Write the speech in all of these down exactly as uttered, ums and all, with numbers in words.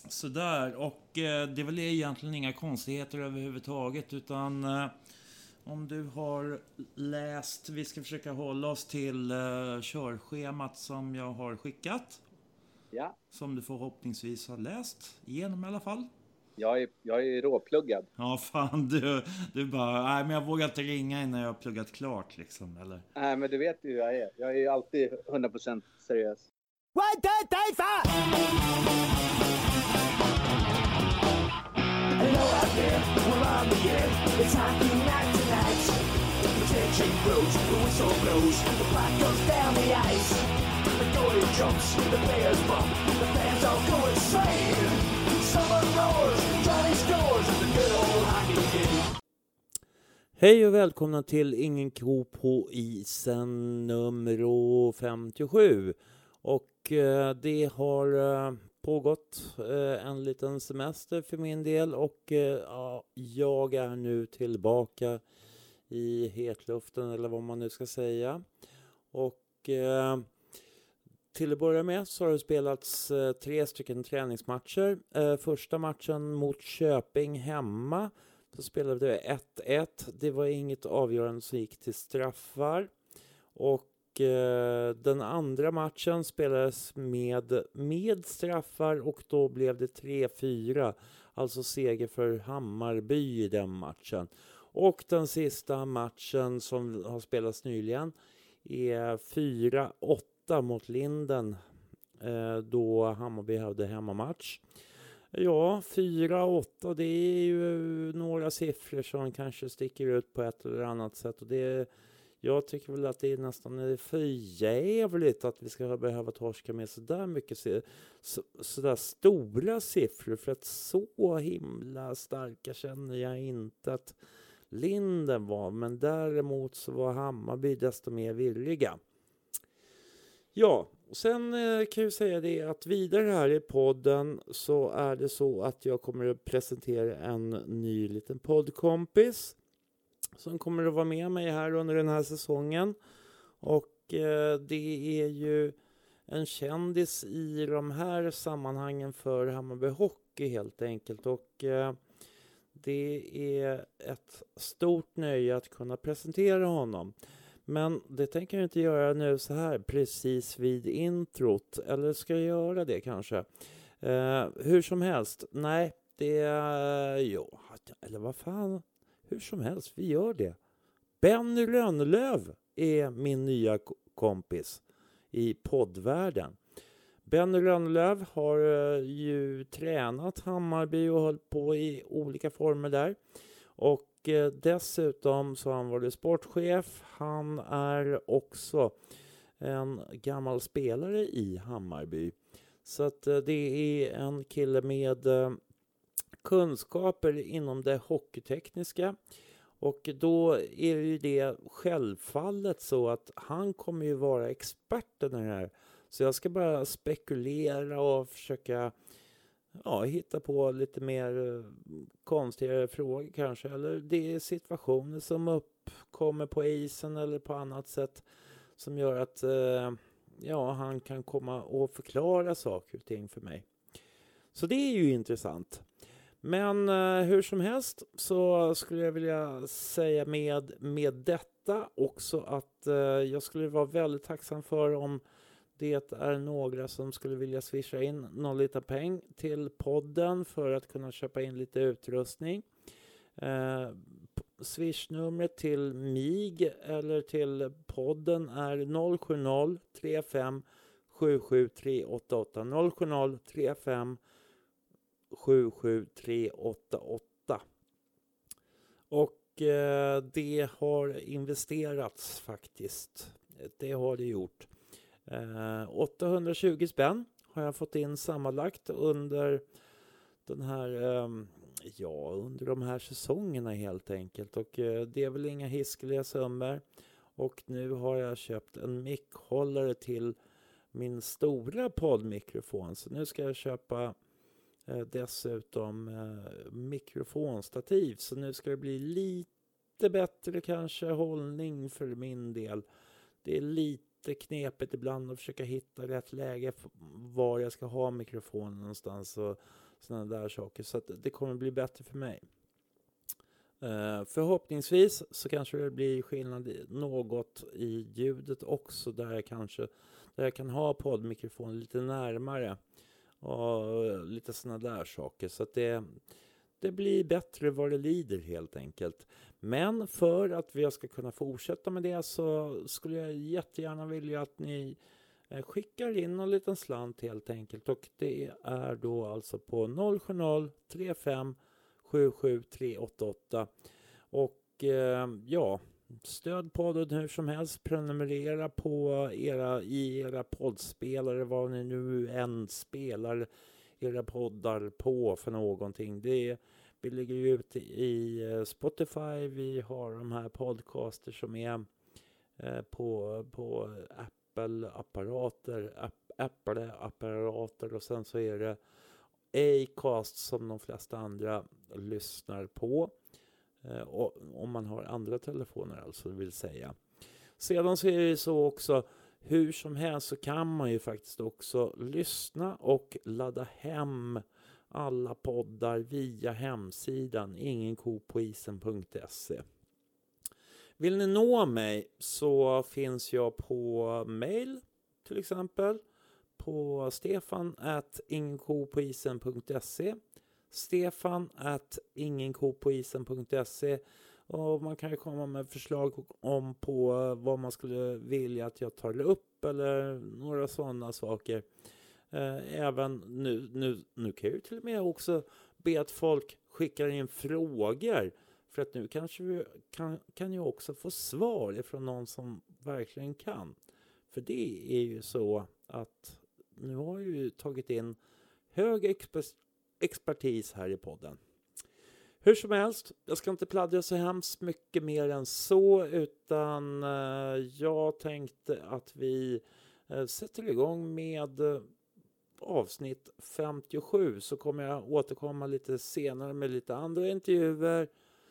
Sådär, och eh, det är väl egentligen inga konstigheter överhuvudtaget, utan eh, om du har läst, vi ska försöka hålla oss till eh, körschemat som jag har skickat. Ja. Som du förhoppningsvis har läst igenom i alla fall. Jag är, jag är råpluggad. Ja, fan, du, du bara, nej men jag vågar inte ringa innan jag har pluggat klart liksom, eller? Nej, men du vet ju hur jag är. Jag är ju alltid hundra procent seriös. One, two, three, four! Hello out there, we're on the air. It's hockey night tonight. The tension grows, the whistle blows, the puck goes down the ice. The goalie jumps, the players bump, the fans all go insane. Someone roars, Johnny scores, the good old hockey game. Hej och välkomna till Ingen Ko på isen nummer femtiosju. Och eh, det har eh, pågått eh, en liten semester för min del. Och eh, ja, jag är nu tillbaka i hetluften, eller vad man nu ska säga. Och eh, till att börja med så har det spelats eh, tre stycken träningsmatcher. Eh, första matchen mot Köping hemma. Så spelade det ett ett. Det var inget avgörande som gick till straffar. Och eh, den andra matchen spelades med, med straffar. Och då blev det tre fyra. Alltså seger för Hammarby i den matchen. Och den sista matchen som har spelats nyligen är fyra åtta mot Linden. Eh, då Hammarby hade hemmamatch. Ja, fyra åtta, det är ju några siffror som kanske sticker ut på ett eller annat sätt. Och det, jag tycker väl att det är nästan för jävligt att vi ska behöva torska med så där mycket, så, så där stora siffror. För att så himla starka känner jag inte att Linden var. Men däremot så var Hammarby desto mer villiga. Ja, sen eh, kan jag säga det att vidare här i podden så är det så att jag kommer att presentera en ny liten poddkompis som kommer att vara med mig här under den här säsongen. Och eh, det är ju en kändis i de här sammanhangen för Hammarby Hockey helt enkelt. Och eh, det är ett stort nöje att kunna presentera honom. Men det tänker jag inte göra nu så här precis vid introt. Eller ska jag göra det kanske? Eh, hur som helst. Nej, det är... Ja, eller vad fan. Hur som helst, vi gör det. Benny Rönnelöv är min nya kompis i poddvärlden. Benny Rönnelöv har ju tränat Hammarby och hållit på i olika former där. Och dessutom så har han varit sportchef. Han är också en gammal spelare i Hammarby. Så att det är en kille med kunskaper inom det hockeytekniska. Och då är ju det självfallet så att han kommer ju vara experten i det här. Så jag ska bara spekulera och försöka... Ja, hitta på lite mer uh, konstigare frågor kanske. Eller det är situationer som uppkommer på isen eller på annat sätt som gör att uh, ja, han kan komma och förklara saker och ting för mig. Så det är ju intressant. Men uh, hur som helst så skulle jag vilja säga med, med detta också att uh, jag skulle vara väldigt tacksam för om det är några som skulle vilja swisha in någon liten peng till podden för att kunna köpa in lite utrustning. Eh, Swishnumret till mig eller till podden är noll sju noll tre fem sju sju tre åtta åtta. noll sju noll tre fem sju sju tre åtta åtta. Och eh, det har investerats faktiskt. Det har det gjort. Eh, åttahundratjugo spänn har jag fått in sammanlagt under den här eh, ja, under de här säsongerna helt enkelt. Och eh, det är väl inga hiskeliga summor. Och nu har jag köpt en mickhållare till min stora poddmikrofon. Så nu ska jag köpa eh, dessutom eh, mikrofonstativ. Så nu ska det bli lite bättre kanske hållning för min del. Det är lite lite knepigt ibland att försöka hitta rätt läge var jag ska ha mikrofonen någonstans och sådana där saker. Så att det kommer bli bättre för mig. Uh, förhoppningsvis så kanske det blir skillnad i något i ljudet också, där jag kanske där jag kan ha poddmikrofonen lite närmare och lite sådana där saker, så att det, det blir bättre vad det lider helt enkelt. Men för att vi ska kunna fortsätta med det så skulle jag jättegärna vilja att ni skickar in en liten slant helt enkelt, och det är då alltså på noll sju noll tre fem sju sju tre åtta åtta. Och eh, ja, stöd podden hur som helst, prenumerera på era i era poddspelare, vad ni nu än spelar era poddar på för någonting. Det vi ligger ju ute i Spotify, vi har de här podcaster som är eh, på på Apple-apparater, app, Apple-apparater, och sen så är det Acast som de flesta andra lyssnar på. Eh, och, om man har andra telefoner alltså, vill säga. Sedan så är det så också, hur som helst så kan man ju faktiskt också lyssna och ladda hem alla poddar via hemsidan ingenkopoisen punkt se. Vill ni nå mig så finns jag på mail till exempel på stefan at ingenkopoisen punkt se, stefan at ingenkopoisen punkt se, och man kan ju komma med förslag om på vad man skulle vilja att jag tar upp eller några sådana saker. Även nu, nu, nu kan jag ju till och med också be att folk skickar in frågor, för att nu kanske vi kan, kan ju också få svar från någon som verkligen kan. För det är ju så att nu har jag ju tagit in hög exper- expertis här i podden. Hur som helst, jag ska inte pladdra så hemskt mycket mer än så, utan eh, jag tänkte att vi eh, sätter igång med eh, avsnitt femtiosju, så kommer jag återkomma lite senare med lite andra intervjuer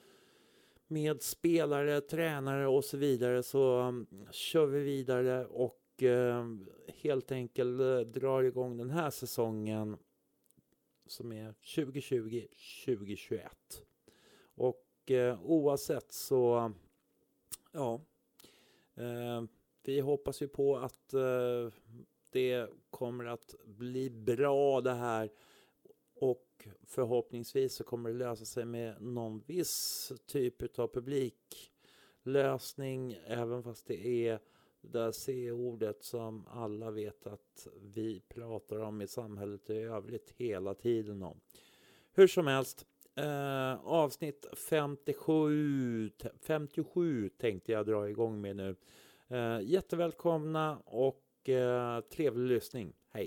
med spelare, tränare och så vidare, så um, kör vi vidare och uh, helt enkelt uh, drar igång den här säsongen som är tjugo tjugo tjugo tjugoett. Och uh, oavsett så ja uh, vi hoppas ju på att uh, det kommer att bli bra det här, och förhoppningsvis så kommer det lösa sig med någon viss typ av publiklösning, även fast det är det där C-ordet som alla vet att vi pratar om i samhället i övrigt hela tiden om. Hur som helst, eh, avsnitt femtiosju, femtiosju tänkte jag dra igång med nu. Eh, jättevälkomna och Uh, trevlig lyssning. Hej.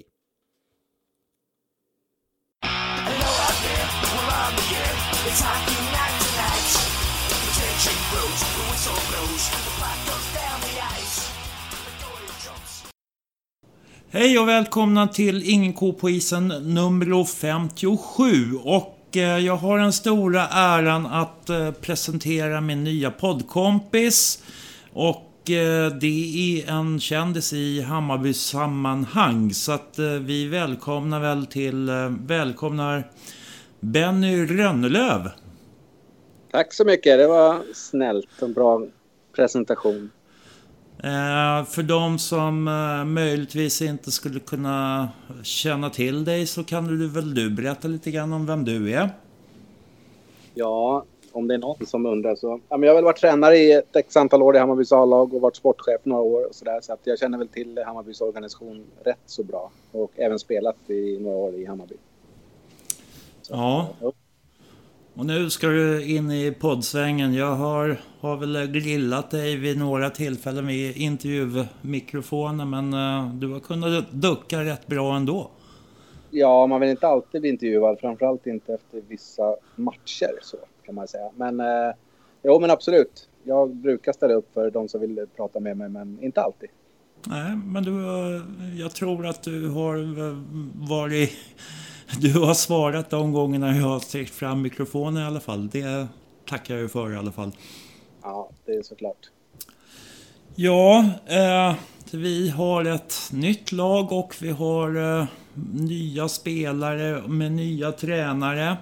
Hej och välkomna till Ingen ko på isen nummer femtiosju, och uh, jag har den stora äran att uh, presentera min nya poddkompis, och det är en kändis i Hammarbys sammanhang, så att vi välkomnar väl till välkomnar Benny Rönnelöv. Tack så mycket, det var snällt och bra presentation. Eh, för de som eh, möjligtvis inte skulle kunna känna till dig, så kan du väl du berätta lite grann om vem du är? Ja, om det är någon som undrar så. Ja, men jag har väl varit tränare i ett x antal år i Hammarbys A-lag och varit sportchef några år och sådär. Så att jag känner väl till Hammarbys organisation rätt så bra. Och även spelat i några år i Hammarby. Så, ja. ja. Och nu ska du in i poddsvängen. Jag har, har väl grillat dig vid några tillfällen med intervjumikrofoner. Men uh, du har kunnat ducka rätt bra ändå. Ja, man vill inte alltid bli intervjuad. Framförallt inte efter vissa matcher så kan man säga. Men uh, jo, men absolut. Jag brukar ställa upp för de som vill prata med mig, men inte alltid. Nej, men du, jag tror att du har varit... Du har svarat de gångerna jag har sträckt fram mikrofonen i alla fall. Det tackar jag för i alla fall. Ja, det är såklart. Ja, eh, Vi har ett nytt lag och vi har eh, nya spelare med nya tränare.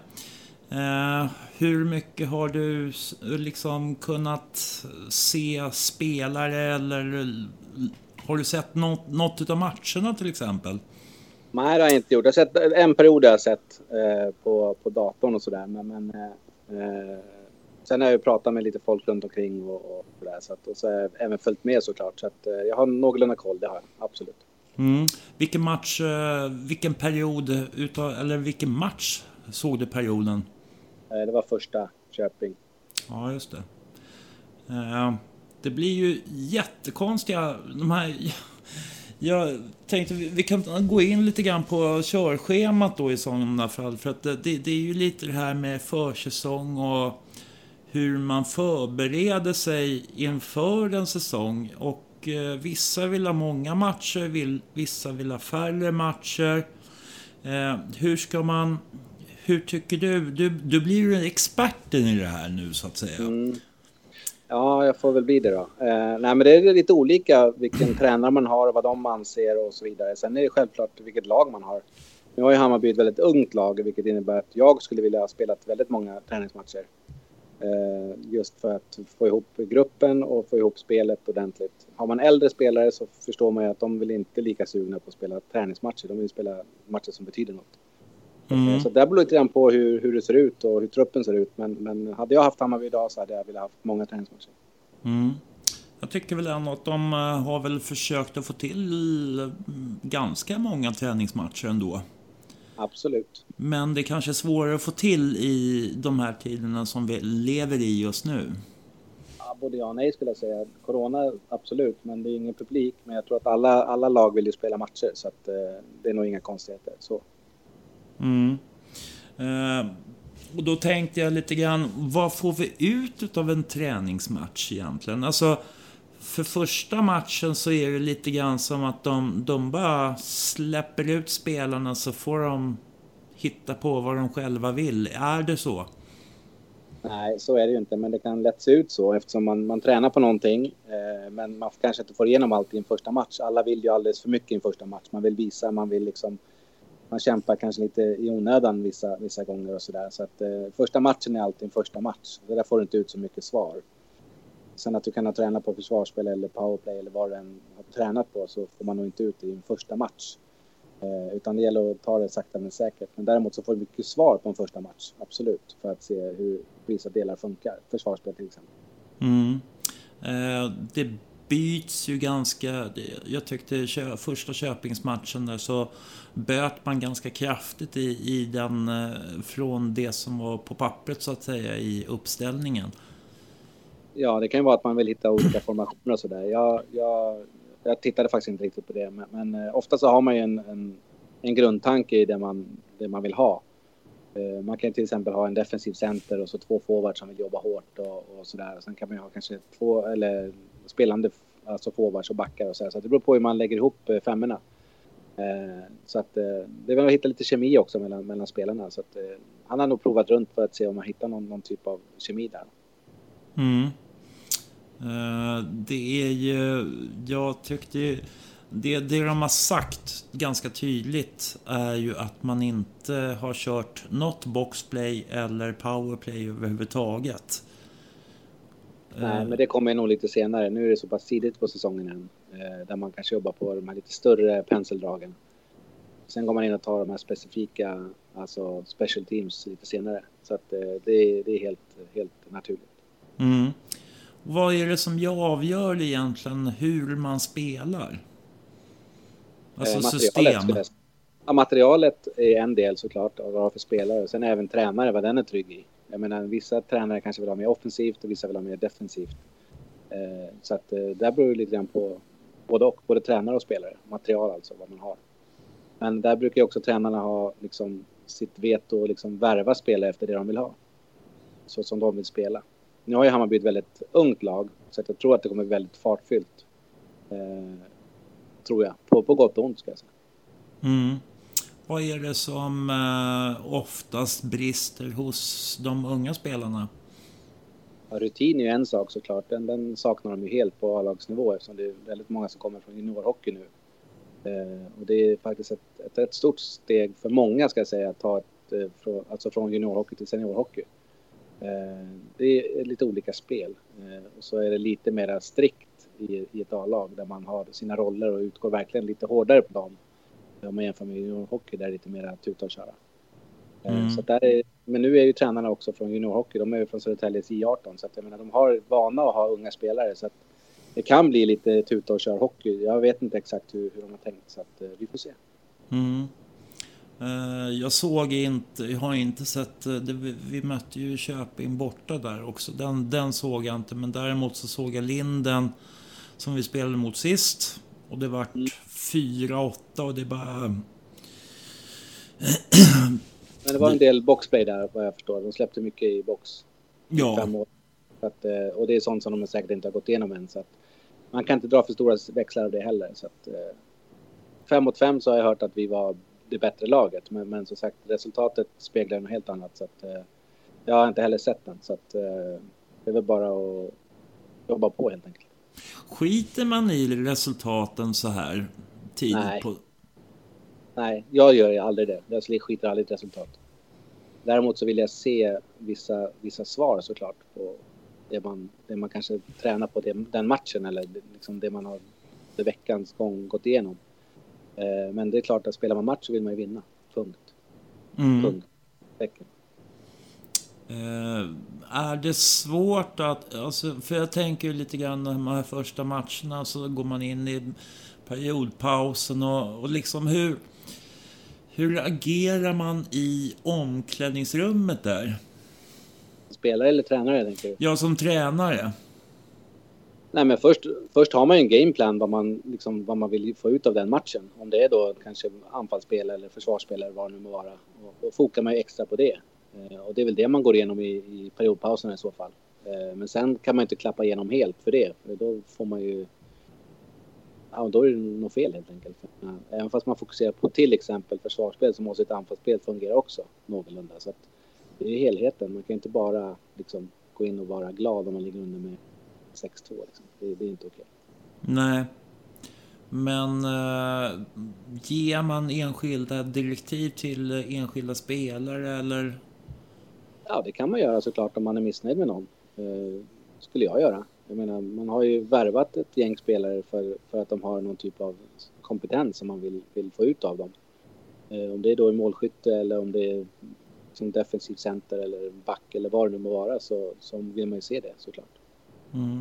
Eh, hur mycket har du liksom kunnat se spelare eller har du sett något, något av matcherna till exempel? Nej, det har jag inte gjort. Jag har sett, en period har jag sett eh, på, på datorn och sådär. Men, men eh, sen har jag ju pratat med lite folk runt omkring och, och, där, så att, och så har jag även följt med såklart. Så att, eh, jag har någorlunda koll, det har jag. Absolut. Mm. Vilken match, eh, vilken period utav, eller vilken match såg du perioden? Eh, det var första Köping. Ja, just det. Eh, det blir ju jättekonstiga de här... Jag tänkte vi kan gå in lite grann på körschemat då i sådana fall. För att det, det är ju lite det här med försäsong och hur man förbereder sig inför en säsong. Och eh, vissa vill ha många matcher, vill, vissa vill ha färre matcher. Eh, hur ska man... Hur tycker du? Du, du blir ju experten i det här nu så att säga. Mm. Ja, jag får väl bli det då. Eh, nej, men det är lite olika vilken tränare man har och vad de anser och så vidare. Sen är det självklart vilket lag man har. Nu har ju Hammarby ett väldigt ungt lag, vilket innebär att jag skulle vilja ha spelat väldigt många träningsmatcher. Eh, just för att få ihop gruppen och få ihop spelet ordentligt. Har man äldre spelare så förstår man ju att de vill inte lika sugna på att spela träningsmatcher. De vill spela matcher som betyder något. Mm. Så det beror lite grann på hur, hur det ser ut och hur truppen ser ut. Men, men hade jag haft Hammarby idag så hade jag velat ha många träningsmatcher. Mm. Jag tycker väl ändå att de har väl försökt att få till ganska många träningsmatcher ändå. Absolut. Men det är kanske är svårare att få till i de här tiderna som vi lever i just nu. Ja, både ja och nej skulle jag säga. Corona, absolut, men det är ingen publik. Men jag tror att alla, alla lag vill ju spela matcher så att, eh, det är nog inga konstigheter. Så. Mm. Eh, och då tänkte jag lite grann, vad får vi ut av en träningsmatch egentligen? Alltså, för första matchen så är det lite grann som att de, de bara släpper ut spelarna så får de hitta på vad de själva vill. Är det så? Nej, så är det ju inte, men det kan lätt se ut så eftersom man, man tränar på någonting eh, men man kanske inte får igenom allt i en första match. Alla vill ju alldeles för mycket i en första match. Man vill visa, man vill liksom man kämpar kanske lite i onödan vissa, vissa gånger och sådär. Så att eh, första matchen är alltid en första match. Det där får du inte ut så mycket svar. Sen att du kan ha tränat på försvarsspel eller powerplay eller vad du än har tränat på så får man nog inte ut det i en första match. Eh, utan det gäller att ta det sakta men säkert. Men däremot så får du mycket svar på en första match. Absolut. För att se hur vissa delar funkar. Försvarsspel till exempel. Mm. Eh, det byts ju ganska... Jag tyckte första Köpingsmatchen där så böt man ganska kraftigt i, i den från det som var på pappret så att säga i uppställningen. Ja, det kan ju vara att man vill hitta olika formationer och sådär. Jag, jag, jag tittade faktiskt inte riktigt på det. Men, men ofta så har man ju en, en, en grundtanke i det man, det man vill ha. Man kan till exempel ha en defensiv center och så två forwards som vill jobba hårt och, och sådär. Sen kan man ju ha kanske två eller spelande alltså forwards och backar och så. Så det beror på hur man lägger ihop femmorna. Så att det är väl att hitta lite kemi också mellan, mellan spelarna. Så att han har nog provat runt för att se om man hittar någon, någon typ av kemi där. Mm. Uh, det är ju, jag tyckte ju, det, det de har sagt ganska tydligt är ju att man inte har kört något boxplay eller powerplay överhuvudtaget. Nej, uh, men det kommer nog lite senare. Nu är det så pass tidigt på säsongen än, uh, där man kanske jobbar på de här lite större penseldragen. Sen går man in och tar de här specifika, alltså special teams lite senare. Så att uh, det, är, det är helt, helt naturligt. Mm. Vad är det som jag avgör egentligen hur man spelar? Alltså eh, system. Ja, materialet är en del såklart av vad det är för spelare. Sen även tränare, vad den är trygg i. Jag menar, vissa tränare kanske vill ha mer offensivt och vissa vill ha mer defensivt. Eh, så att eh, där beror det lite grann på både och, både tränare och spelare. Material alltså, vad man har. Men där brukar ju också tränarna ha liksom sitt veto och liksom värva spelare efter det de vill ha. Så som de vill spela. Nu har ju Hammarby ett väldigt ungt lag så att jag tror att det kommer bli väldigt fartfyllt. Eh, tror jag. På, på gott och ont ska jag säga. Mm. Vad är det som eh, oftast brister hos de unga spelarna? Ja, rutin är ju en sak såklart. Den, den saknar de ju helt på A-lagsnivå eftersom det är väldigt många som kommer från juniorhockey nu. Eh, och det är faktiskt ett, ett rätt stort steg för många ska jag säga att ta ett, eh, från, alltså från juniorhockey till seniorhockey. Eh, det är lite olika spel. Eh, och så är det lite mer strikt i, i ett A-lag där man har sina roller och utgår verkligen lite hårdare på dem. Om man jämför med juniorhockey där det är lite mer tuta och köra. Mm. Så där är, men nu är ju tränarna också från juniorhockey. De är ju från Södertäljes I arton. Så att jag menar, de har vana att ha unga spelare. Så att det kan bli lite tuta och kör hockey. Jag vet inte exakt hur, hur de har tänkt. Så att uh, vi får se. Mm. Uh, jag såg inte, jag har inte sett, det, vi, vi mötte ju Köping borta där också. Den, den såg jag inte. Men däremot så såg jag Linden som vi spelade mot sist. Och det var mm. fyra åtta och det bara... Men det var en del boxplay där vad jag förstår. De släppte mycket i box. Ja. Fem år. Så att, och det är sånt som de säkert inte har gått igenom än. Så att man kan inte dra för stora växlar av det heller. Så att, fem mot fem så har jag hört att vi var det bättre laget. Men, men som sagt, resultatet speglar något helt annat. Så att, jag har inte heller sett den. Så att, det är väl bara att jobba på helt enkelt. Skiter man i resultaten så här tidigt? Nej. På... Nej, jag gör ju aldrig det. Jag skiter aldrig i resultat. Däremot så vill jag se vissa, vissa svar såklart på det man, det man kanske tränar på det, den matchen eller liksom det man har det veckans gång gått igenom. Eh, men det är klart att spelar man match så vill man ju vinna. Punkt. Mm. Punkt. Tecken. Eh, är det svårt att, alltså, för jag tänker lite grann de här första matcherna så går man in i periodpausen och, och liksom hur hur agerar man i omklädningsrummet där? Spelare eller tränare tänker du? Ja, som tränare. Nej, men först, först har man ju en gameplan vad man, liksom, vad man vill få ut av den matchen. Om det är då kanske anfallsspel eller försvarsspel eller vad det nu må vara. Och, och fokar man ju extra på det. Eh, och det är väl det man går igenom i, i periodpausen i så fall. Eh, men sen kan man inte klappa igenom helt för det. För då får man ju... Ja, då är det nog fel helt enkelt. Även fast man fokuserar på till exempel försvarsspel så måste ett anfallsspel fungera också någorlunda. Så att det är helheten. Man kan inte bara liksom gå in och vara glad om man ligger under med sex två. Liksom. Det, det är inte okej. Nej. Men äh, ger man enskilda direktiv till enskilda spelare eller? Ja, det kan man göra såklart om man är missnöjd med någon. Eh, skulle jag göra. Jag menar, man har ju värvat ett gäng spelare för, för att de har någon typ av kompetens som man vill, vill få ut av dem. Eh, om det är då en målskytte eller om det är som defensiv center eller back eller vad det nu må vara så, så vill man ju se det såklart. Mm.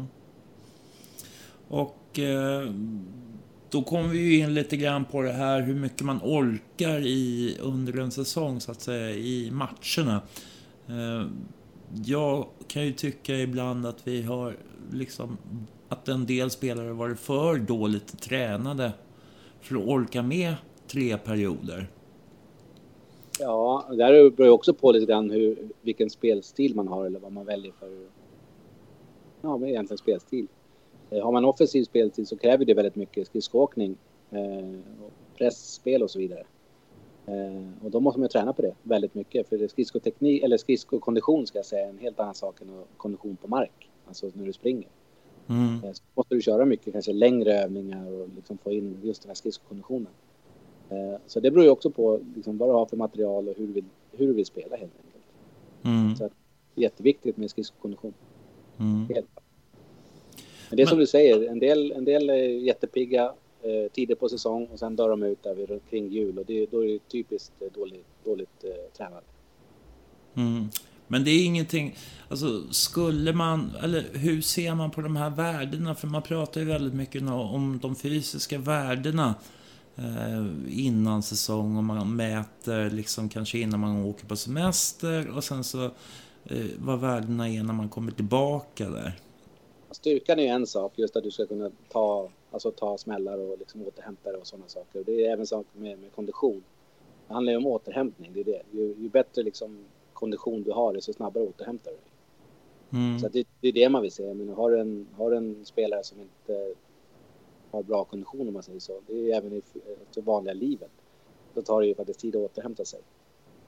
Och eh, då kommer vi ju in lite grann på det här hur mycket man orkar i under en säsong så att säga i matcherna. Eh, jag kan ju tycka ibland att vi har liksom att en del spelare varit för dåligt tränade för att orka med tre perioder. Ja, där beror också på lite grann hur, vilken spelstil man har eller vad man väljer för ja, men egentligen spelstil. Har man offensiv spelstil så kräver det väldigt mycket skridskoåkning, eh, pressspel och så vidare. Eh, och då måste man träna på det väldigt mycket. För det skridskoteknik, eller skridskokondition ska jag säga, är en helt annan sak än kondition på mark. Alltså när du springer. Mm. Eh, så måste du köra mycket, kanske längre övningar och liksom få in just den här skridskokonditionen. Eh, så det beror ju också på liksom, vad du har för material och hur du vill, hur du vill spela helt enkelt. Mm. Så att, det är jätteviktigt med skridskokondition. Mm. Helt. Men det är som du säger, en del, en del är jättepigga eh, tider på säsong och sen dör de ut där kring jul och det, då är det typiskt eh, dåligt, dåligt eh, tränat. Mm. Men det är ingenting, alltså skulle man, eller hur ser man på de här värdena? För man pratar ju väldigt mycket om de fysiska värdena eh, innan säsong och man mäter liksom kanske innan man åker på semester och sen så eh, vad värdena är när man kommer tillbaka där. Styrkan är ju en sak, just att du ska kunna ta, alltså ta smällar och liksom återhämta dig och sådana saker. Det är även sak med, med kondition. Det handlar ju om återhämtning, det är det. Ju, ju bättre liksom kondition du har, desto snabbare återhämtar du dig. Mm. Så det, det är det man vill se. Men har du en, har du en spelare som inte har bra kondition om man säger så, det är även i det vanliga livet. Då tar det ju faktiskt tid att återhämta sig.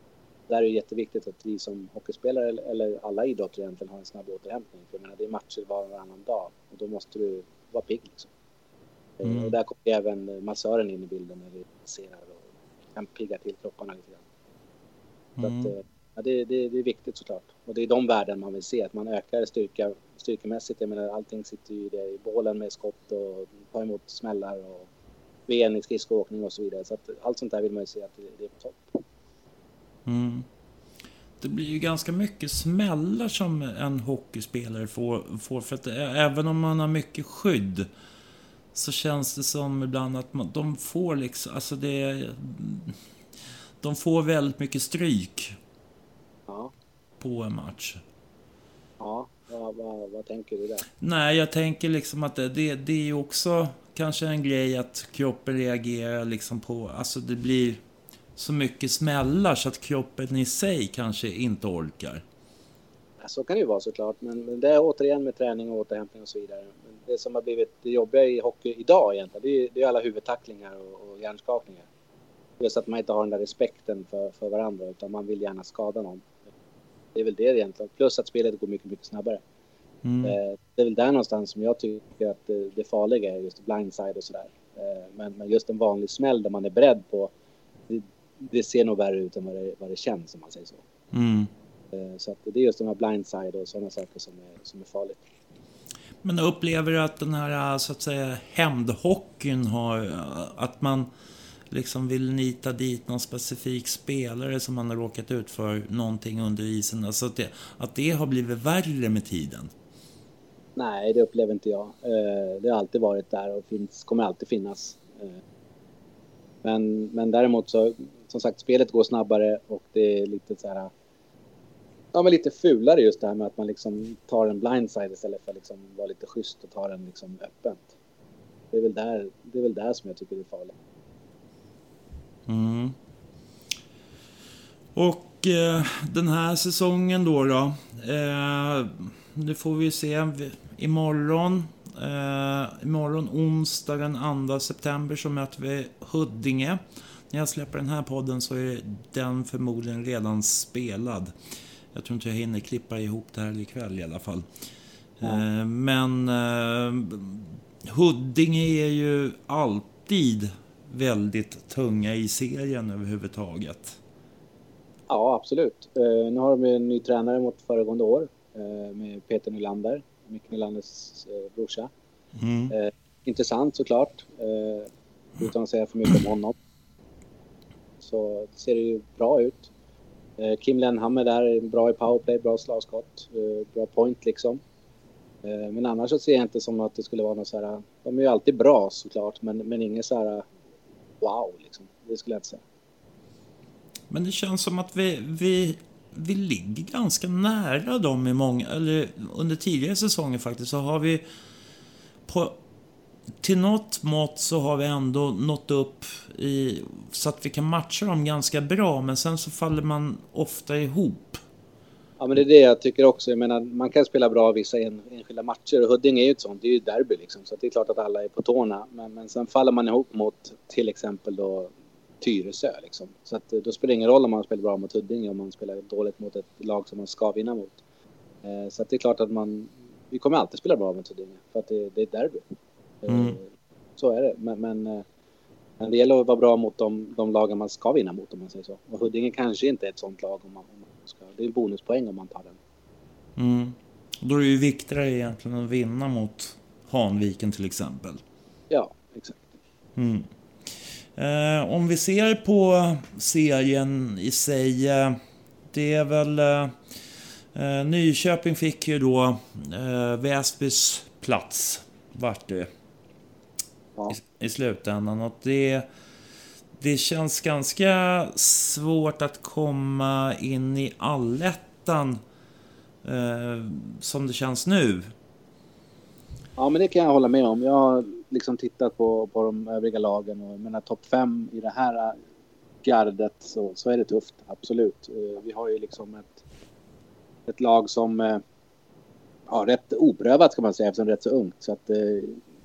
där är det jätteviktigt att vi som hockeyspelare eller, eller alla idrotter egentligen har en snabb återhämtning. För jag menar, det är matcher var och varannan dag och då måste du vara pigg liksom. Mm. Och där kommer även massören in i bilden när vi ser och kan pigga till kropparna lite grann. Mm. Så att, ja, det, det, det är viktigt såklart. Och det är de värden man vill se, att man ökar styrka, styrkemässigt. Jag menar, allting sitter ju i, det, i bålen med skott och ta emot smällar och ben i skridskoåkning och så vidare. Så att allt sånt där vill man ju se att det, det är på topp. Mm. Det blir ju ganska mycket smällar som en hockeyspelare får, får för att även om man har mycket skydd så känns det som ibland att man, de får liksom, alltså det, de får väldigt mycket stryk. Ja. På en match. Ja, vad, vad, vad tänker du där? Nej, jag tänker liksom att det, det, det är ju också kanske en grej att kroppen reagerar liksom på, alltså det blir så mycket smällar så att kroppen i sig kanske inte orkar. Ja, så kan det ju vara såklart, men, men det är återigen med träning och återhämtning och så vidare. Men det som har blivit det jobbiga i hockey idag egentligen, det är, det är alla huvudtacklingar och, och hjärnskakningar. Just att man inte har den där respekten för, för varandra, utan man vill gärna skada någon. Det är väl det egentligen. Plus att spelet går mycket, mycket snabbare. Mm. Det är väl där någonstans som jag tycker att det, det farliga är just blindside och sådär. Men, men just en vanlig smäll där man är beredd på, det, det ser nog värre ut än vad det, vad det känns, om man säger så. Mm. Så att det är just de här blindside och sådana saker som är, som är farligt. Men upplever du att den här, så att säga, hämndhockeyn har, att man liksom vill nita dit någon specifik spelare som man har råkat ut för någonting under isen, alltså att det, att det har blivit värre med tiden? Nej, det upplever inte jag. Det har alltid varit där och finns, kommer alltid finnas. Men, men däremot så, som sagt, spelet går snabbare och det är lite så här, ja, men lite fulare just det här med att man liksom tar en blindside istället för att liksom vara lite schysst och ta den liksom öppet. Det är väl där, det är väl där som jag tycker det är farligt. Mm. Och eh, den här säsongen då då eh, nu får vi se imorgon eh, imorgon onsdag den andra september så möter vi Huddinge. När jag släpper den här podden så är den förmodligen redan spelad. Jag tror inte jag hinner klippa ihop det här ikväll i alla fall. Ja. eh, men eh, Huddinge är ju alltid väldigt tunga i serien överhuvudtaget. Ja, absolut. Uh, nu har de en ny tränare mot föregående år uh, med Peter Nylander, Micke Nylanders uh, brorsa. Mm. Uh, intressant såklart, uh, utan att säga för mycket om honom. Så det ser det ju bra ut. Uh, Kim Lenhammer där är bra i powerplay, bra slagskott, uh, bra point liksom. Uh, men annars så ser jag inte som att det skulle vara något så här. De är ju alltid bra såklart, men, men inget så här wow liksom. Det skulle jag inte säga. Men det känns som att vi, vi, vi ligger ganska nära dem i många, eller under tidigare säsonger faktiskt, så har vi på, till något mått så har vi ändå nått upp i, så att vi kan matcha dem ganska bra, men sen så faller man ofta ihop. Ja, men det är det jag tycker också. Jag menar, man kan spela bra vissa en, enskilda matcher och Huddinge är ju ett sånt, det är ju derby liksom, så det är klart att alla är på tårna, men, men sen faller man ihop mot till exempel då Tyresö liksom. Så att då spelar det ingen roll om man spelar bra mot Huddinge om man spelar dåligt mot ett lag som man ska vinna mot. Eh, så att det är klart att man, vi kommer alltid spela bra mot Huddinge för att det, det är derby. Eh, mm. Så är det. Men, men, men det gäller att vara bra mot de, de lagen man ska vinna mot, om man säger så. Och Huddinge kanske inte är ett sånt lag om man, om man ska. Det är en bonuspoäng om man tar den. Mm. Då är det ju viktigare egentligen att vinna mot Hanviken till exempel. Ja, exakt. Mm. Eh, om vi ser på serien i sig, eh, det är väl eh, Nyköping fick ju då eh, Väsbys plats vart det ja. i, i slutändan, och det, det känns ganska svårt att komma in i allettan eh, som det känns nu. Ja, men det kan jag hålla med om. Jag har liksom tittat på, på de övriga lagen och jag menar topp fem i det här gardet så, så är det tufft, absolut. Vi har ju liksom ett, ett lag som ja, rätt oprövat kan man säga eftersom det är rätt så ungt. Så att det,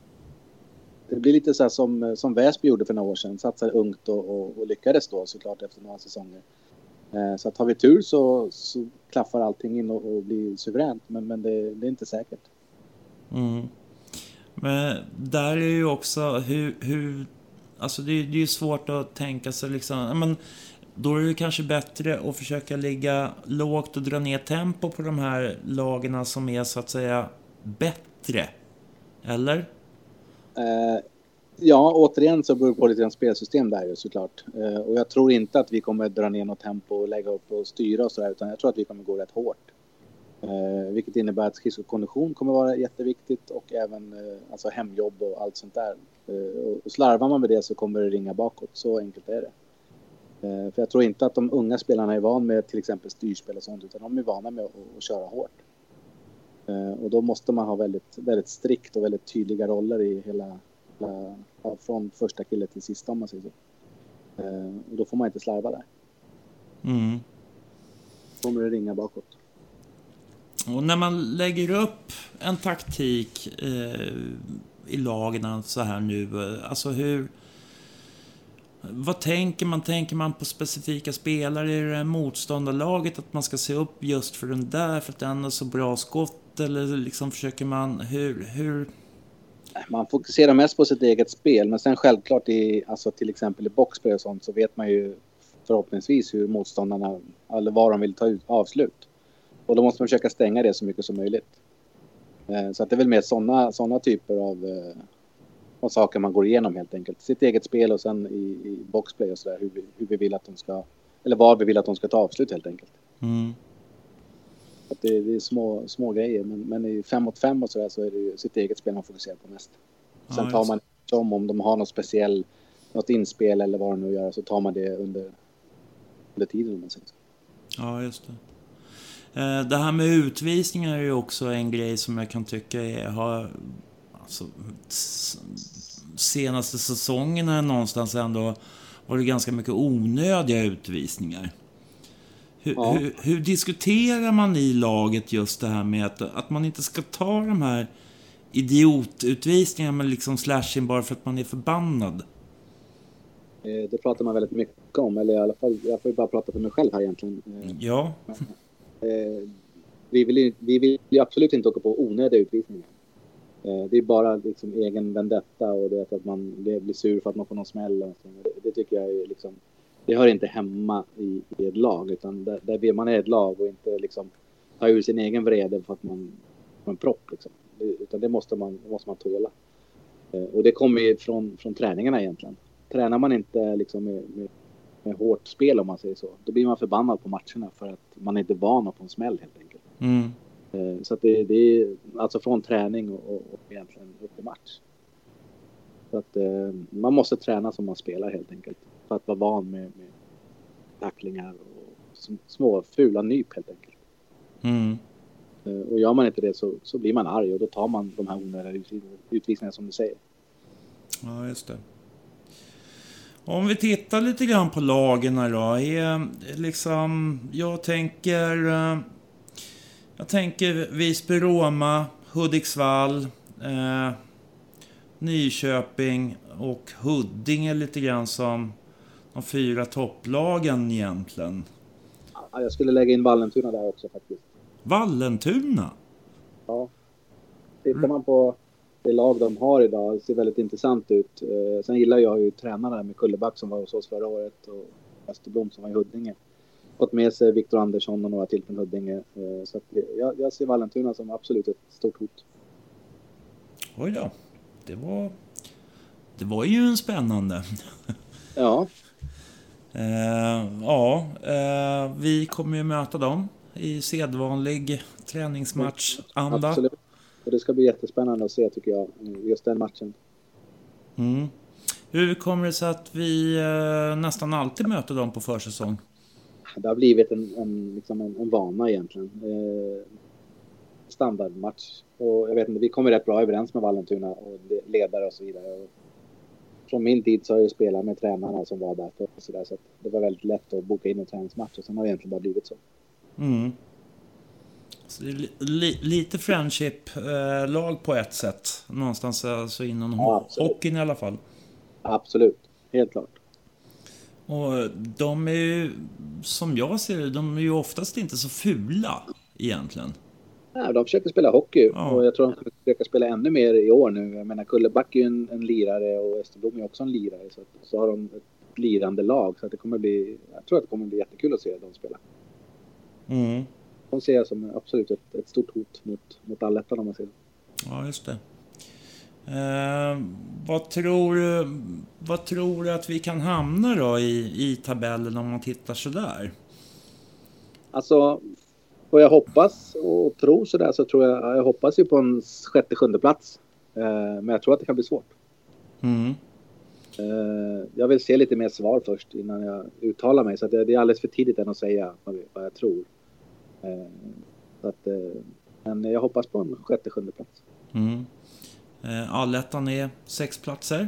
det blir lite så här som, som Väsby gjorde för några år sedan. Satsade ungt och, och, och lyckades då såklart efter några säsonger. Eh, så att har vi tur så, så klaffar allting in och, och blir suveränt. Men, men det, det är inte säkert. Mm. Men där är ju också hur, hur alltså det, det är ju svårt att tänka sig liksom, men då är det kanske bättre att försöka ligga lågt och dra ner tempo på de här lagarna som är så att säga bättre. Eller? Eh, ja, återigen så beror det på lite grann spelsystem där ju såklart. Eh, och jag tror inte att vi kommer dra ner något tempo och lägga upp och styra och sådär, utan jag tror att vi kommer gå rätt hårt. Eh, vilket innebär att skridskokondition kommer vara jätteviktigt och även eh, alltså hemjobb och allt sånt där. Eh, och, och slarvar man med det så kommer det ringa bakåt, så enkelt är det. Eh, för jag tror inte att de unga spelarna är van med till exempel styrspel och sånt, utan de är vana med att, att köra hårt. Eh, och då måste man ha väldigt, väldigt strikt och väldigt tydliga roller i hela, hela ja, från första kille till sista om man säger så. Eh, och då får man inte slarva där. Mm. Då kommer det ringa bakåt. Och när man lägger upp en taktik eh, i lagen så här nu, alltså hur, vad tänker man? Tänker man på specifika spelare i det motståndarlaget, att man ska se upp just för den där för att den är så bra skott, eller liksom försöker man, hur, hur? Man fokuserar mest på sitt eget spel, men sen självklart i, alltså till exempel i boxplay och sånt, så vet man ju förhoppningsvis hur motståndarna, eller vad de vill ta ut avslut. Och då måste man försöka stänga det så mycket som möjligt. Eh, så att det är väl mer sådana såna typer av, eh, av saker man går igenom helt enkelt. Sitt eget spel och sen i, i boxplay och sådär, hur vi, hur vi vill att de ska, eller vad vi vill att de ska ta avslut helt enkelt. Mm. Att det, det är små, små grejer, men, men i fem mot fem och sådär så är det ju sitt eget spel man fokuserar på mest. Sen Ja, tar man som om de har något speciell, något inspel eller vad de nu gör, så tar man det under, under tiden om man säger så. Ja, just det. Det här med utvisningar är ju också en grej som jag kan tycka är, har, alltså, senaste säsongen är någonstans ändå var det ganska mycket onödiga utvisningar. Hur, Ja. hur, hur diskuterar man i laget just det här med att, att man inte ska ta de här idiotutvisningarna med liksom slashing bara för att man är förbannad? Det pratar man väldigt mycket om, eller i alla fall, jag får ju bara prata för mig själv här egentligen. Ja. Eh, vi, vill ju, vi vill ju absolut inte åka på onödiga utvisningar. Eh, det är bara liksom egen vendetta och det att man det blir sur för att man får någon smäll. Och det, det tycker jag är liksom, det hör inte hemma i, i ett lag, utan där, där vill man är ett lag och inte liksom ta ur sin egen vrede för att man får en propp liksom. Det, utan det måste man, det måste man tåla. Eh, och det kommer ju från, från träningarna egentligen. Tränar man inte liksom med, med med hårt spel om man säger så, då blir man förbannad på matcherna för att man är inte van på en smäll helt enkelt. Mm. Eh, så att det, det är alltså från träning och, och, och egentligen upp till match. Så att eh, man måste träna som man spelar helt enkelt för att vara van med, med tacklingar och små fula nyp helt enkelt. Mm. Eh, och gör man inte det så, så blir man arg och då tar man de här onödiga utvisningarna som du säger. Ja, just det. Om vi tittar lite grann på lagen här då, är liksom, jag tänker, jag tänker Visby, Roma, Hudiksvall, eh, Nyköping och Huddinge lite grann som de fyra topplagen egentligen. Ja, jag skulle lägga in Vallentuna där också faktiskt. Vallentuna? Ja. Tittar man på det lag de har idag, det ser väldigt intressant ut. Eh, sen gillar jag ju tränarna med Kulleback som var hos oss förra året och Österblom som var i Huddinge. Fått med sig Viktor Andersson och några till från Huddinge. Eh, så att jag, jag ser Vallentuna som absolut ett stort hot. Oj då, det var, det var ju en spännande. Ja. eh, ja, eh, vi kommer ju möta dem i sedvanlig träningsmatch-anda. Absolut. Och det ska bli jättespännande att se tycker jag, just den matchen. Mm. Hur kommer det sig att vi eh, nästan alltid möter dem på försäsong? Det har blivit en, en, liksom en, en vana egentligen. Eh, standardmatch. Och jag vet inte, vi kommer rätt bra överens med Vallentuna och ledare och så vidare. Och från min tid så har jag spelat med tränarna som var där för och så där, så att det var väldigt lätt att boka in en träningsmatch och sen har det egentligen bara blivit så. Mm. Så det är li- li- lite friendship-lag eh, på ett sätt. Någonstans alltså inom Ja, absolut. hockeyn i alla fall. Absolut, helt klart. Och de är ju, som jag ser det, de är ju oftast inte så fula egentligen. Nej, de försöker spela hockey Ja. och jag tror de försöker spela ännu mer i år nu. Jag menar, Kulleback är ju en, en lirare och Österblom är också en lirare. Så, att, så har de ett lirande lag. Så att det kommer bli, jag tror att det kommer bli jättekul att se dem spela. Mm. De ser jag som absolut ett, ett stort hot mot, mot allettan om man ser. Ja, just det. Eh, vad tror du vad tror du att vi kan hamna då i, i tabellen om man tittar så där? Alltså, får jag hoppas och tro så där så tror jag, jag hoppas ju på en sjätte, sjunde plats. Eh, men jag tror att det kan bli svårt. Mm. Eh, jag vill se lite mer svar först innan jag uttalar mig. Så att det, det är alldeles för tidigt än att säga vad, vi, vad jag tror. Eh, så att, eh, men jag hoppas på en sjätte, sjunde plats. Mm. Eh, allettan är sex platser.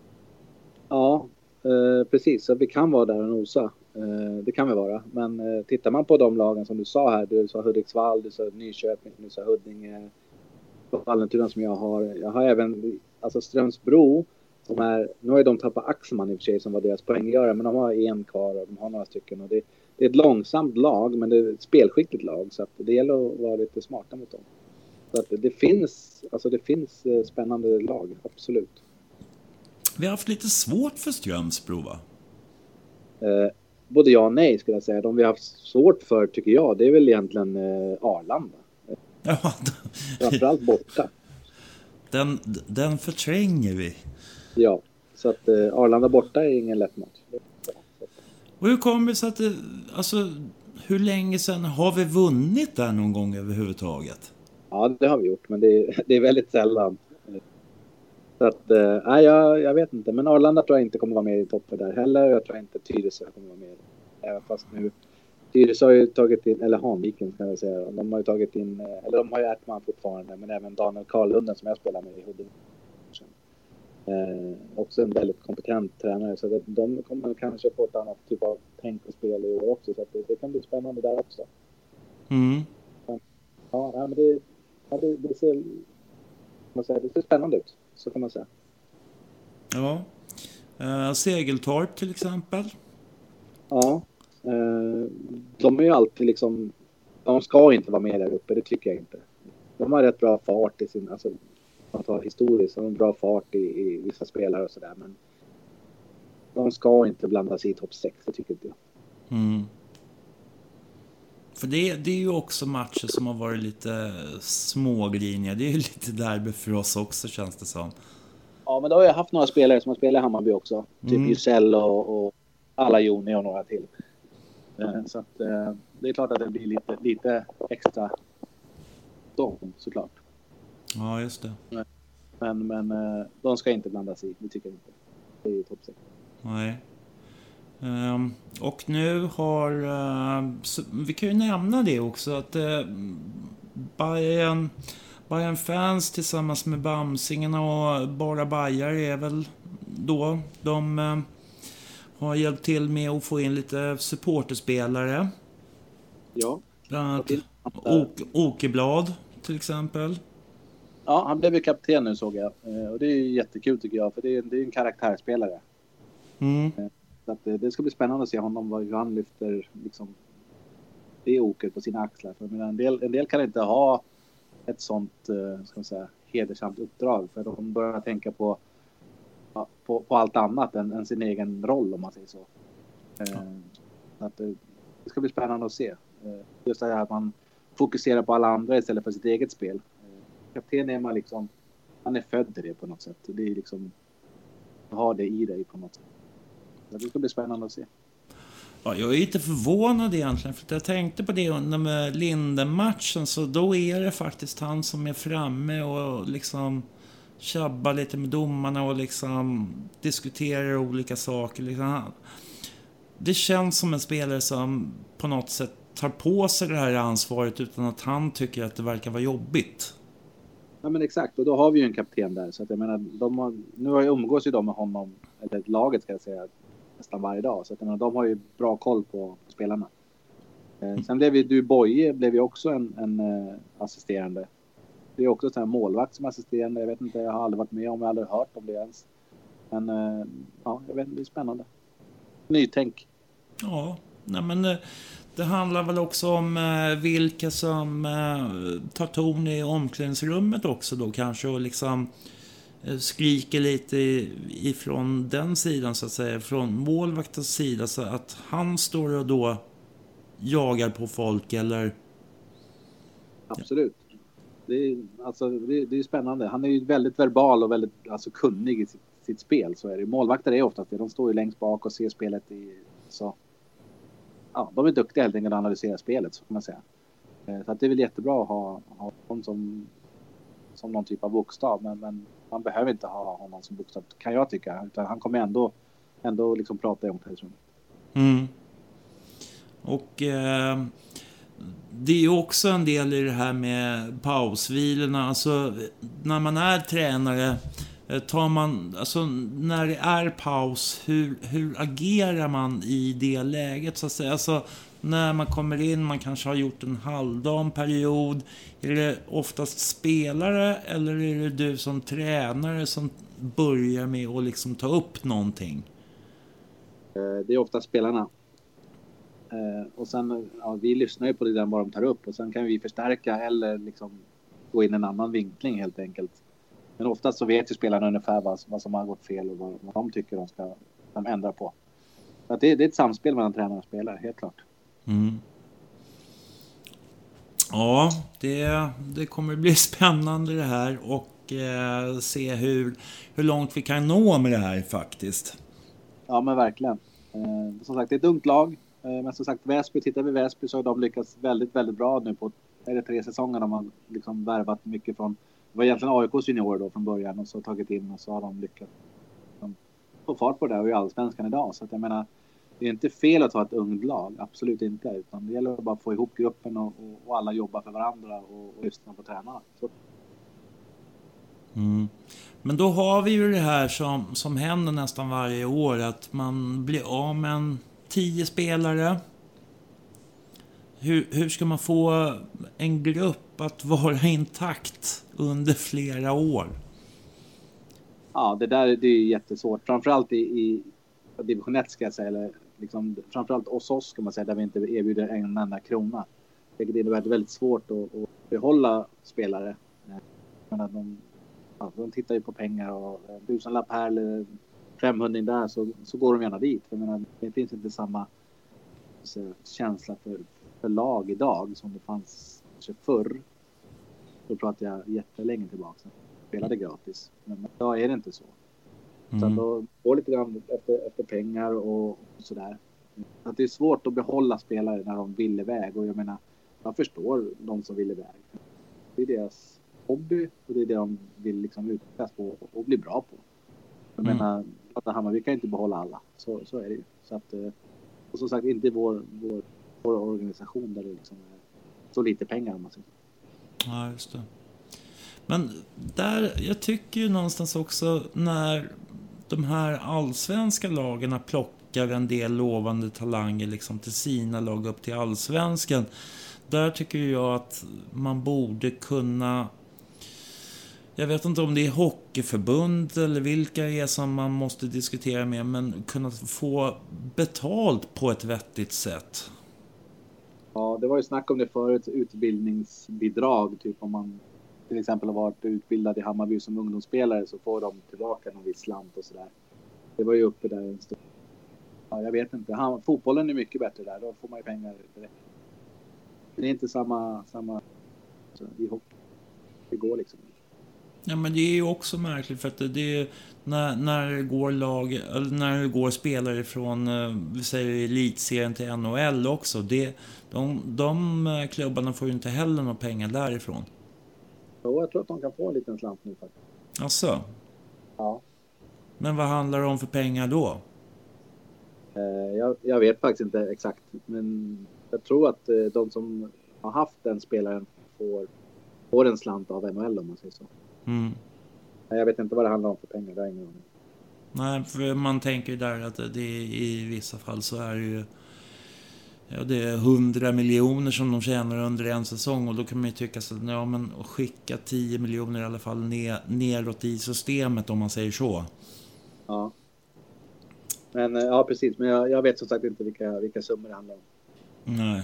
Ja, eh, precis. Så vi kan vara där och nosa. Eh, det kan vi vara. Men eh, tittar man på de lagen som du sa här. Du sa Hudiksvall, du sa Nyköping, du sa Huddinge. Vallentuna som jag har. Jag har även alltså Strömsbro. Som är, nu har ju de tappat Axman i och för sig som var deras poänggörare. Men de har en kvar och de har några stycken. Och det, det är ett långsamt lag men det är ett spelskickligt lag. Så att det gäller att vara lite smarta mot dem. Så att det finns, alltså det finns spännande lag, absolut. Vi har haft lite svårt för Strömsbro, va? Eh, både ja och nej skulle jag säga. De vi har haft svårt för tycker jag, det är väl egentligen eh, Arlanda. Ja, Framförallt borta. Den, den förtränger vi. Ja, så att eh, Arlanda borta är ingen lätt match. Och hur kommer det så att det, alltså, hur länge sedan har vi vunnit där någon gång överhuvudtaget? Ja, det har vi gjort, men det är, det är väldigt sällan. Så att, eh, nej, jag, jag vet inte. Men Arlanda tror jag inte kommer vara med i toppen där heller. Jag tror inte Tyresö kommer vara med. Även fast nu, Tyresö har ju tagit in, eller Hanviken ska jag säga. De har ju tagit in, eller de har ju Ärtman fortfarande. Men även Daniel Karlunden som jag spelar med i Huddinge. Eh, också en väldigt kompetent tränare. Så att de kommer kanske få ett annat typ av tänk och spel i år också. Så att det, det kan bli spännande där också. Mm. Ja, men det, ja, det, det, ser, man säger, det ser spännande ut. Så kan man säga. Ja. Eh, Segeltorp till exempel. Ja. Eh, de är ju alltid liksom... De ska inte vara med där uppe, det tycker jag inte. De har rätt bra fart i sin... Alltså, man tar historiskt, de har bra fart i, i vissa spelare och sådär. Men de ska inte blanda sig i topp sex, det tycker inte jag. Mm. För det, det är ju också matcher som har varit lite smågriniga. Det är ju lite derby för oss också, känns det som. Ja, men då har jag haft några spelare som har spelat i Hammarby också. Typ Mm. Jusell och, och alla Joni och några till. Eh, så att, eh, det är klart att det blir lite, lite extra dom, såklart. Ja, just det. Men, men eh, de ska inte blandas i, det tycker jag inte. Det är ju topp sex. Nej. Um, och nu har... Uh, så, vi kan ju nämna det också att uh, Bayern, Bayern fans tillsammans med Bamsingen och Bara Bajar är väl då de uh, har hjälpt till med att få in lite supporterspelare. Ja. Bland annat Ok- Åkerblad till exempel. Ja, han blev ju kapten nu såg jag. Eh, och det är ju jättekul tycker jag. För det är, det är en karaktärsspelare. Mm. Eh, så att, eh, det ska bli spännande att se honom. Vad, hur han lyfter liksom, det oket på sina axlar. För jag menar, en, del, en del kan inte ha ett sånt eh, ska man säga, hedersamt uppdrag. För de börjar tänka på, ja, på, på allt annat än, än sin egen roll om man säger så. Eh, så att, eh, det ska bli spännande att se. Eh, just det här att man fokuserar på alla andra istället för sitt eget spel. Kapten är man liksom, han är född till det på något sätt. Det är liksom, har det i dig på något sätt. Så det ska bli spännande att se. Ja, jag är lite förvånad egentligen, för att jag tänkte på det under med Linden-matchen, så då är det faktiskt han som är framme och liksom tjabbar lite med domarna och liksom diskuterar olika saker. Liksom. Det känns som en spelare som på något sätt tar på sig det här ansvaret utan att han tycker att det verkar vara jobbigt. Ja men exakt, och då har vi ju en kapten där. Så att jag menar, de har, nu har jag umgås ju de med honom, eller laget ska jag säga, nästan varje dag. Så att jag menar, de har ju bra koll på spelarna. Eh, sen blev ju du Boye, blev ju också en, en eh, assisterande. Det är också en målvakt som assisterande. Jag vet inte, jag har aldrig varit med om, jag har aldrig hört om det ens. Men eh, ja, jag vet inte, det är spännande. nytänk. Ja, nej men det, det handlar väl också om eh, vilka som eh, tar ton i omklädningsrummet också då kanske och liksom eh, skriker lite i, ifrån den sidan så att säga, från målvaktens sida så att han står och då jagar på folk eller... Absolut. Det är, alltså, det, det är spännande. Han är ju väldigt verbal och väldigt alltså, kunnig i sitt, sitt spel. Så är det. Målvakter är oftast det. De står ju längst bak och ser spelet i... Så, ja, de är duktiga helt enkelt att analysera spelet, så kan man säga. Så att det är väl jättebra att ha, ha honom som, som någon typ av bokstav. Men, men man behöver inte ha honom som bokstav, kan jag tycka. Utan han kommer ändå, ändå liksom prata om det. Mm. Och... Eh... Det är ju också en del i det här med pausvilorna. Alltså när man är tränare, tar man, alltså när det är paus, hur, hur agerar man i det läget så att säga? Alltså när man kommer in, man kanske har gjort en halvdan period. Är det oftast spelare eller är det du som tränare som börjar med att liksom ta upp någonting? Det är ofta spelarna. Eh, och sen, ja, vi lyssnar ju på det där vad de tar upp och sen kan vi förstärka eller liksom gå in en annan vinkling helt enkelt. Men oftast så vet ju spelarna ungefär vad, vad som har gått fel och vad, vad de tycker de ska de ändra på. Så att det, det är ett samspel mellan tränare och spelare, helt klart. Mm. Ja, det, det kommer bli spännande det här och eh, se hur, hur långt vi kan nå med det här faktiskt. Ja, men verkligen. Eh, som sagt, det är ett ungt lag. Men som sagt, Väsby, tittar vi Väsby så har de lyckats väldigt, väldigt bra nu på är det tre säsonger. De har liksom värvat mycket från, det var egentligen A I K:s junior då från början och så tagit in och så har de lyckats de få fart på det och i allsvenskan idag. Så att jag menar, det är inte fel att ha ett ungt lag, absolut inte. Utan det gäller att bara få ihop gruppen och, och, och alla jobba för varandra och, och lyssna på tränarna. Så. Mm. Men då har vi ju det här som, som händer nästan varje år, att man blir av med en tio spelare. Hur, hur ska man få en grupp att vara intakt under flera år? Ja, det där det är jättesvårt. Framförallt i, i division ett ska jag säga. Eller liksom, framförallt hos oss ska man säga, där vi inte erbjuder en enda krona. Det är väldigt svårt att, att behålla spelare. Men att de, ja, de tittar ju på pengar och en tusenlapp här eller femhundring där så, så går de gärna dit. Jag menar, det finns inte samma så, känsla för, för lag idag som det fanns kanske förr. Då pratar jag jättelänge tillbaka. Jag spelade gratis. Men idag är det inte så. Mm. Så då går lite grann efter, efter pengar och, och sådär. Att det är svårt att behålla spelare när de vill iväg. Och jag menar, jag förstår de som vill iväg. Det är deras hobby och det är det de vill liksom utvecklas på och bli bra på. Jag mm. menar, att vi kan inte behålla alla. Så, så är det ju. Så att, och som sagt, inte vår, vår, vår organisation där det liksom är så lite pengar om man säger. Ja, just det. Men där, jag tycker ju någonstans också när de här allsvenska lagarna plockar en del lovande talanger liksom till sina lag upp till allsvenskan. Där tycker jag att man borde kunna, jag vet inte om det är hockeyförbund eller vilka är som man måste diskutera med, men kunna få betalt på ett vettigt sätt. Ja, det var ju snack om det förut, utbildningsbidrag, typ om man till exempel har varit utbildad i Hammarby som ungdomsspelare så får de tillbaka någon viss slant och sådär. Det var ju uppe där en stund. Ja, jag vet inte. Han, fotbollen är mycket bättre där, då får man ju pengar direkt. Det är inte samma, samma så, i hockey. Det går liksom. Ja, men det är ju också märkligt för att det är när, när det går lag, eller när det går spelare från vi säger elitserien till N H L också. Det, de, de klubbarna får ju inte heller några pengar därifrån. Jo, jag tror att de kan få en liten slant nu faktiskt. Alltså? Ja. Men vad handlar det om för pengar då? Eh, jag, jag vet faktiskt inte exakt. Men jag tror att eh, de som har haft den spelaren får, får en slant av N H L om man säger så. Mm. Jag vet inte vad det handlar om för pengar, det är ingen aning. Nej, för man tänker där att det i vissa fall så är det ju ja, det är hundra miljoner som de tjänar under en säsong och då kan man ju tycka så att ja, men skicka tio miljoner i alla fall ner, neråt i systemet om man säger så. Ja. Men ja, precis. Men jag, jag vet som sagt inte vilka, vilka summor det handlar om. Nej.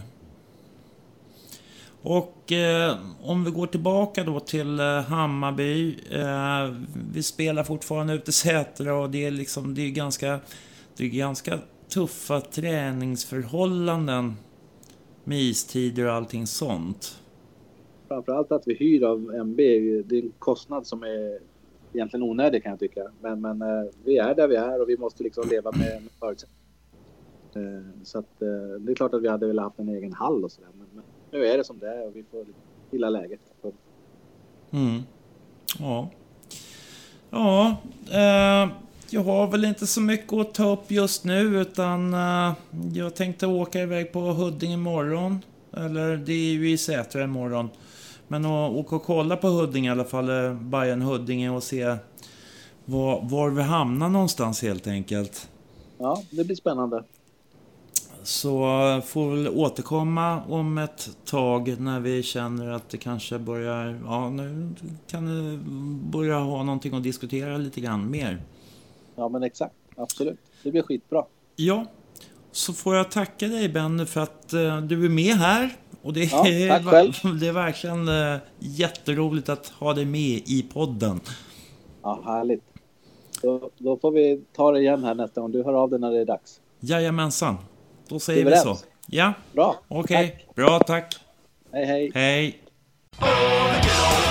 Och eh, om vi går tillbaka då till eh, Hammarby. Eh, vi spelar fortfarande ute i Sätra och det är liksom det är ganska det är ganska tuffa träningsförhållanden med istider och allting sånt. Framförallt att vi hyr av M B, det är en kostnad som är egentligen onödig kan jag tycka. Men, men eh, vi är där vi är och vi måste liksom leva med, med förutsättningar. Eh, så att eh, det är klart att vi hade velat haft en egen hall och sådär. Men, men nu är det som det är och vi får gilla läget. Mm. Ja. Ja, eh, jag har väl inte så mycket att ta upp just nu utan eh, jag tänkte åka iväg på Huddinge imorgon. Eller det är ju i Sätra imorgon. Men att åka och kolla på Huddinge i alla fall, Bayern Huddinge och se var, var vi hamnar någonstans helt enkelt. Ja, det blir spännande. Så får väl återkomma om ett tag när vi känner att det kanske börjar, ja nu kan det börja ha någonting att diskutera lite grann mer. Ja men exakt, absolut. Det blir skitbra. Ja, så får jag tacka dig Benny för att uh, du är med här. Och det, ja, är, tack själv. det är verkligen uh, jätteroligt att ha dig med i podden. Ja, härligt. Då, då får vi ta det igen här nästa gång. Du hör av dig när det är dags. Jajamensan. Då säger vi vi så. Ja, bra. okej. Okay. Bra, tack. Hej, hej. Hej.